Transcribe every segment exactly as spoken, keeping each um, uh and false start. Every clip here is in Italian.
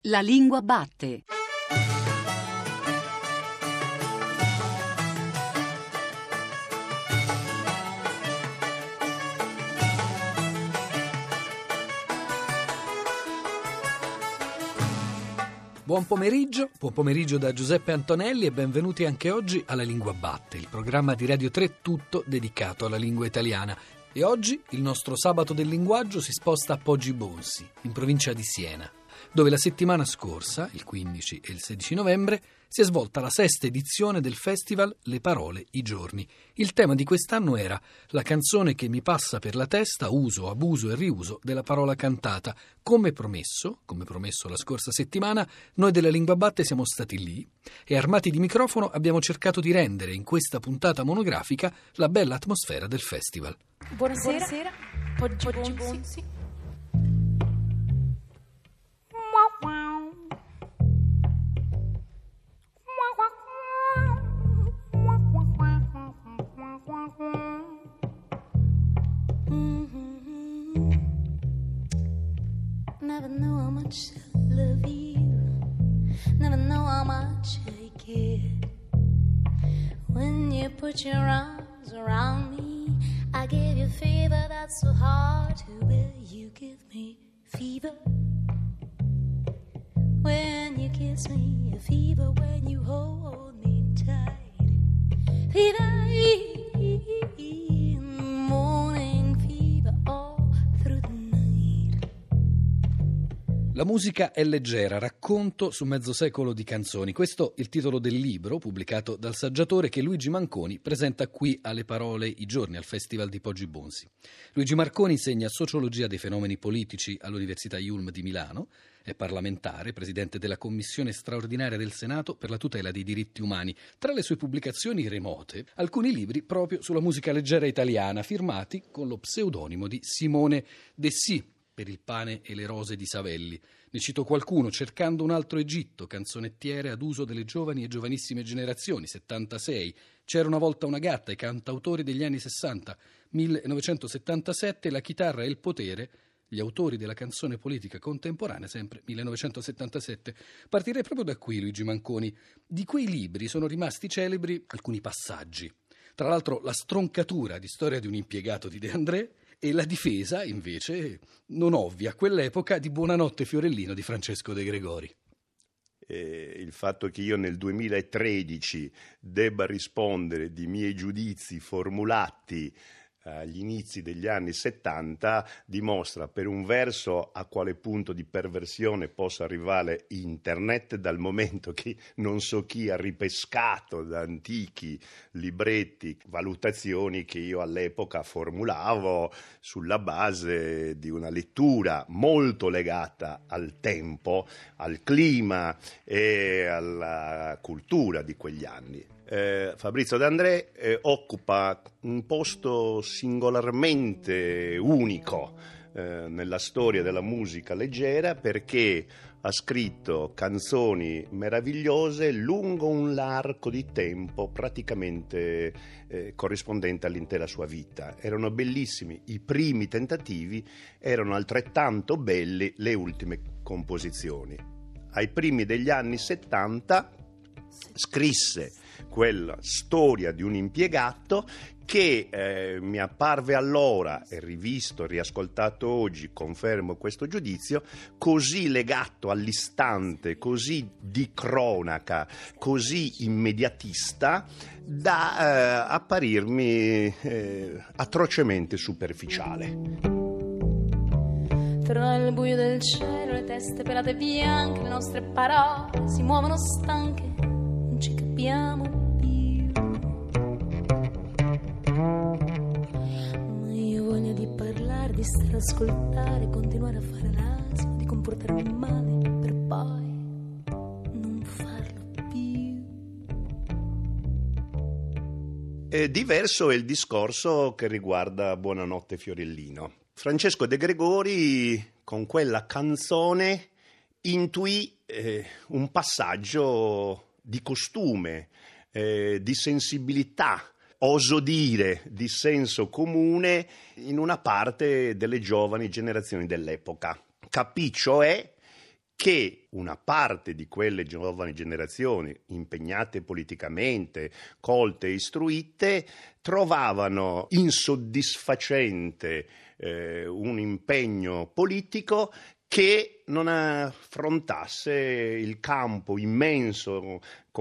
La lingua batte. Buon pomeriggio, buon pomeriggio da Giuseppe Antonelli e benvenuti anche oggi alla Lingua Batte, il programma di Radio tre tutto dedicato alla lingua italiana. E oggi il nostro sabato del linguaggio si sposta a Poggibonsi, in provincia di Siena, dove la settimana scorsa, il quindici e il sedici novembre, si è svolta la sesta edizione del festival Le Parole, i Giorni. Il tema di quest'anno era la canzone che mi passa per la testa, uso, abuso e riuso della parola cantata. Come promesso, come promesso la scorsa settimana, noi della Lingua Batte siamo stati lì e armati di microfono abbiamo cercato di rendere in questa puntata monografica la bella atmosfera del festival. Buonasera, Buonasera. Poggibonsi. Never know how much I love you. Never know how much I care. When you put your arms around me, I give you fever that's so hard to bear. You give me fever when you kiss me, a fever when you hold me tight. Fever in the morning, fever all through the night. La musica è leggera, racconto su mezzo secolo di canzoni. Questo è il titolo del libro pubblicato dal saggiatore che Luigi Manconi presenta qui alle Parole i Giorni al Festival di Poggibonsi. Luigi Manconi insegna sociologia dei fenomeni politici all'Università I U L M di Milano, è parlamentare, presidente della Commissione straordinaria del Senato per la tutela dei diritti umani. Tra le sue pubblicazioni remote, alcuni libri proprio sulla musica leggera italiana, firmati con lo pseudonimo di Simone Dessì, per il pane e le rose di Savelli. Ne cito qualcuno: Cercando un altro Egitto, canzonettiere ad uso delle giovani e giovanissime generazioni, settantasei, C'era una volta una gatta, i cantautori degli anni sessanta, millenovecentosettantasette, La chitarra e il potere, gli autori della canzone politica contemporanea, sempre millenovecentosettantasette. Partirei proprio da qui, Luigi Manconi. Di quei libri sono rimasti celebri alcuni passaggi. Tra l'altro la stroncatura di Storia di un impiegato di De André e la difesa, invece, non ovvia, a quell'epoca, di Buonanotte Fiorellino di Francesco De Gregori. Eh, il fatto che io nel duemilatredici debba rispondere di miei giudizi formulati agli inizi degli anni settanta dimostra per un verso a quale punto di perversione possa arrivare internet, dal momento che non so chi ha ripescato da antichi libretti valutazioni che io all'epoca formulavo sulla base di una lettura molto legata al tempo, al clima e alla cultura di quegli anni. Eh, Fabrizio De André eh, occupa un posto singolarmente unico eh, nella storia della musica leggera, perché ha scritto canzoni meravigliose lungo un arco di tempo praticamente eh, corrispondente all'intera sua vita. Erano bellissimi i primi tentativi, erano altrettanto belli le ultime composizioni. Ai primi degli anni settanta scrisse quella Storia di un impiegato che eh, mi apparve allora, e rivisto, riascoltato oggi, confermo questo giudizio, così legato all'istante, così di cronaca, così immediatista, da eh, apparirmi eh, atrocemente superficiale. Tra il buio del cielo, le teste pelate bianche, le nostre parole si muovono stanche, non ci capiamo più. Ma io voglio di parlare, di stare a ascoltare, continuare a fare l'asino, di comportarmi male per poi non farlo più. E diverso è il discorso che riguarda Buonanotte Fiorellino. Francesco De Gregori, con quella canzone, intuì eh, un passaggio di costume, eh, di sensibilità, oso dire, di senso comune in una parte delle giovani generazioni dell'epoca. Capì cioè che una parte di quelle giovani generazioni, impegnate politicamente, colte e istruite, trovavano insoddisfacente eh, un impegno politico che non affrontasse il campo immenso,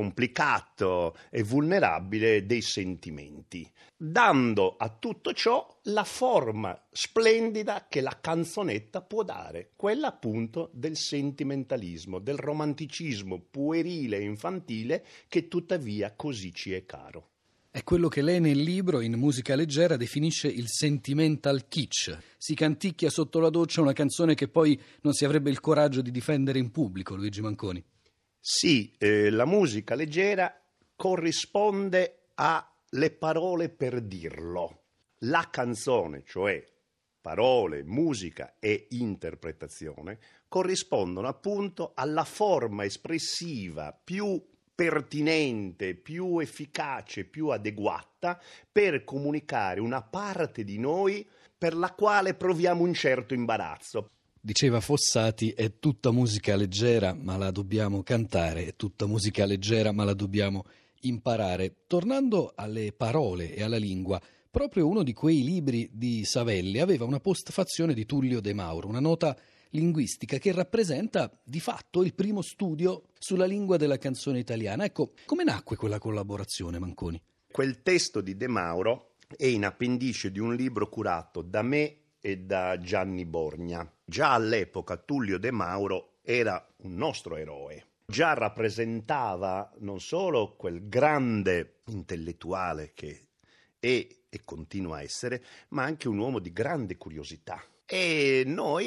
complicato e vulnerabile dei sentimenti, dando a tutto ciò la forma splendida che la canzonetta può dare, quella appunto del sentimentalismo, del romanticismo puerile e infantile che tuttavia così ci è caro. È quello che lei nel libro, in Musica leggera, definisce il sentimental kitsch. Si canticchia sotto la doccia una canzone che poi non si avrebbe il coraggio di difendere in pubblico, Luigi Manconi. Sì, eh, la musica leggera corrisponde alle parole per dirlo. La canzone, cioè parole, musica e interpretazione, corrispondono appunto alla forma espressiva più pertinente, più efficace, più adeguata per comunicare una parte di noi per la quale proviamo un certo imbarazzo. Diceva Fossati, è tutta musica leggera, ma la dobbiamo cantare, è tutta musica leggera, ma la dobbiamo imparare. Tornando alle parole e alla lingua, proprio uno di quei libri di Savelli aveva una postfazione di Tullio De Mauro, una nota linguistica che rappresenta di fatto il primo studio sulla lingua della canzone italiana. Ecco, come nacque quella collaborazione, Manconi? Quel testo di De Mauro è in appendice di un libro curato da me e da Gianni Borgna. Già all'epoca Tullio De Mauro era un nostro eroe. Già rappresentava non solo quel grande intellettuale che è e continua a essere, ma anche un uomo di grande curiosità. E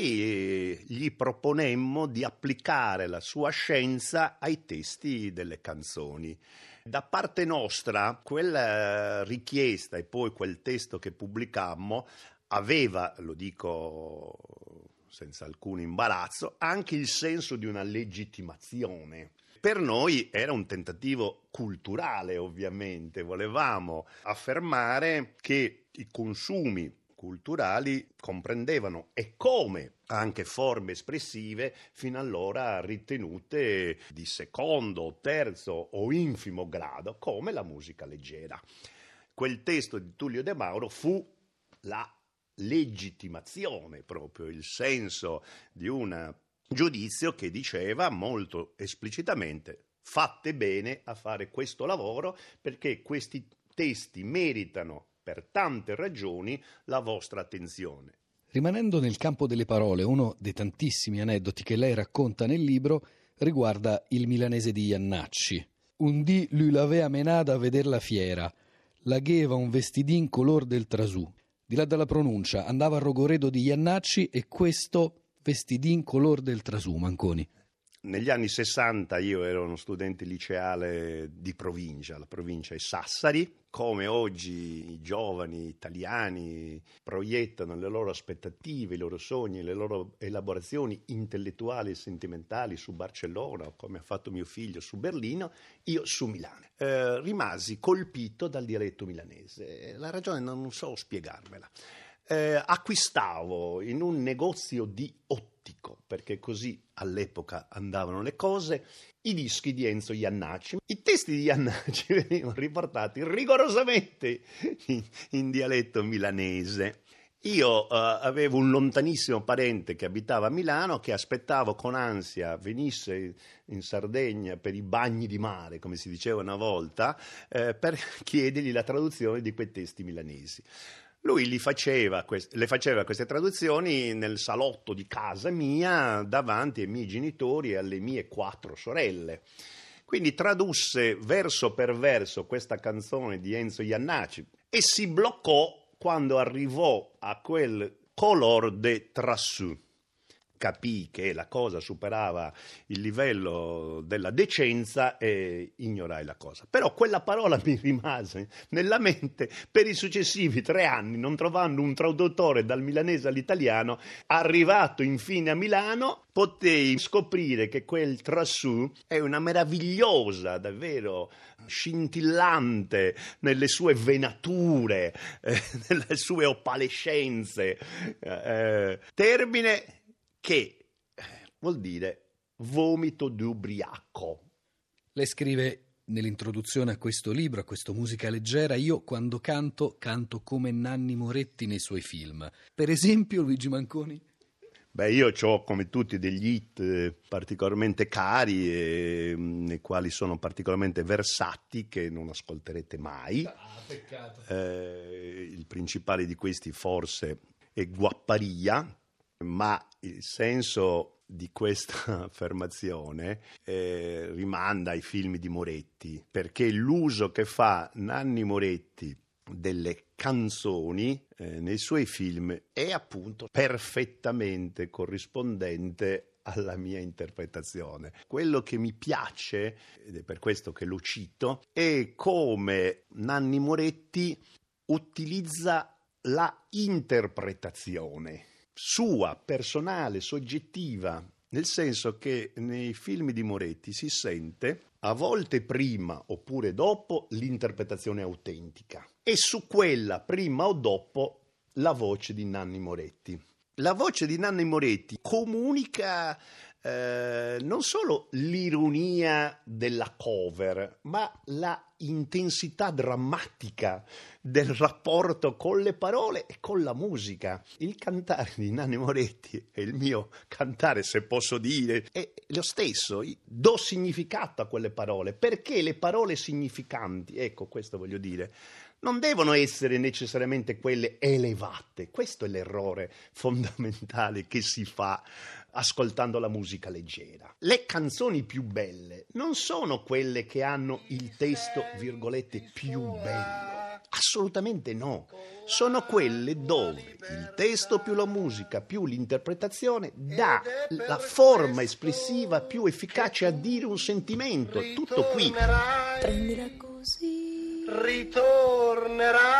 noi gli proponemmo di applicare la sua scienza ai testi delle canzoni. Da parte nostra, quella richiesta e poi quel testo che pubblicammo aveva, lo dico senza alcun imbarazzo, anche il senso di una legittimazione. Per noi era un tentativo culturale, ovviamente. Volevamo affermare che i consumi culturali comprendevano e come anche forme espressive fino allora ritenute di secondo, terzo o infimo grado, come la musica leggera. Quel testo di Tullio De Mauro fu la legittimazione, proprio il senso di un giudizio che diceva molto esplicitamente: fate bene a fare questo lavoro perché questi testi meritano per tante ragioni la vostra attenzione. Rimanendo nel campo delle parole, uno dei tantissimi aneddoti che lei racconta nel libro riguarda il milanese di Jannacci. Un dì lui l'avea menata a veder la fiera, l'agheva un vestidin color del trasù. Di là dalla pronuncia, andava a Rogoredo di Jannacci e questo vestidin color del trasù, Manconi. Negli anni sessanta io ero uno studente liceale di provincia, la provincia è Sassari. Come oggi i giovani italiani proiettano le loro aspettative, i loro sogni, le loro elaborazioni intellettuali e sentimentali su Barcellona, o come ha fatto mio figlio su Berlino, io su Milano. Eh, rimasi colpito dal dialetto milanese. La ragione non so spiegarmela. Eh, acquistavo in un negozio di ottico, perché così all'epoca andavano le cose, i dischi di Enzo Jannacci. I testi di Jannacci venivano riportati rigorosamente in, in dialetto milanese. Io eh, avevo un lontanissimo parente che abitava a Milano, che aspettavo con ansia venisse in Sardegna per i bagni di mare, come si diceva una volta, eh, per chiedergli la traduzione di quei testi milanesi. Lui li faceva, le faceva queste traduzioni nel salotto di casa mia davanti ai miei genitori e alle mie quattro sorelle. Quindi tradusse verso per verso questa canzone di Enzo Jannacci e si bloccò quando arrivò a quel color de trasù. Capì che la cosa superava il livello della decenza e ignorai la cosa. Però quella parola mi rimase nella mente per i successivi tre anni, non trovando un traduttore dal milanese all'italiano. Arrivato infine a Milano, potei scoprire che quel trasù è una meravigliosa, davvero scintillante nelle sue venature, eh, nelle sue opalescenze, eh, termine che vuol dire vomito di ubriaco. Lei scrive nell'introduzione a questo libro, a questo Musica leggera: io quando canto, canto come Nanni Moretti nei suoi film. Per esempio, Luigi Manconi? Beh, io ho come tutti degli hit eh, particolarmente cari e mh, nei quali sono particolarmente versati, che non ascolterete mai. Ah, peccato. Eh, il principale di questi forse è Guapparia, ma il senso di questa affermazione eh, rimanda ai film di Moretti, perché l'uso che fa Nanni Moretti delle canzoni eh, nei suoi film è appunto perfettamente corrispondente alla mia interpretazione. Quello che mi piace, ed è per questo che lo cito, è come Nanni Moretti utilizza la interpretazione sua, personale, soggettiva, nel senso che nei film di Moretti si sente a volte prima oppure dopo l'interpretazione autentica e su quella prima o dopo la voce di Nanni Moretti. La voce di Nanni Moretti comunica eh, non solo l'ironia della cover, ma la intensità drammatica del rapporto con le parole e con la musica. Il cantare di Nanni Moretti e il mio cantare, se posso dire, è lo stesso. Do significato a quelle parole, perché le parole significanti, ecco, questo voglio dire, non devono essere necessariamente quelle elevate. Questo è l'errore fondamentale che si fa ascoltando la musica leggera. Le canzoni più belle non sono quelle che hanno il testo, virgolette, più bello. Assolutamente no. Sono quelle dove il testo più la musica più l'interpretazione dà la forma espressiva più efficace a dire un sentimento. Tutto qui. Prendila così. Ritornerai.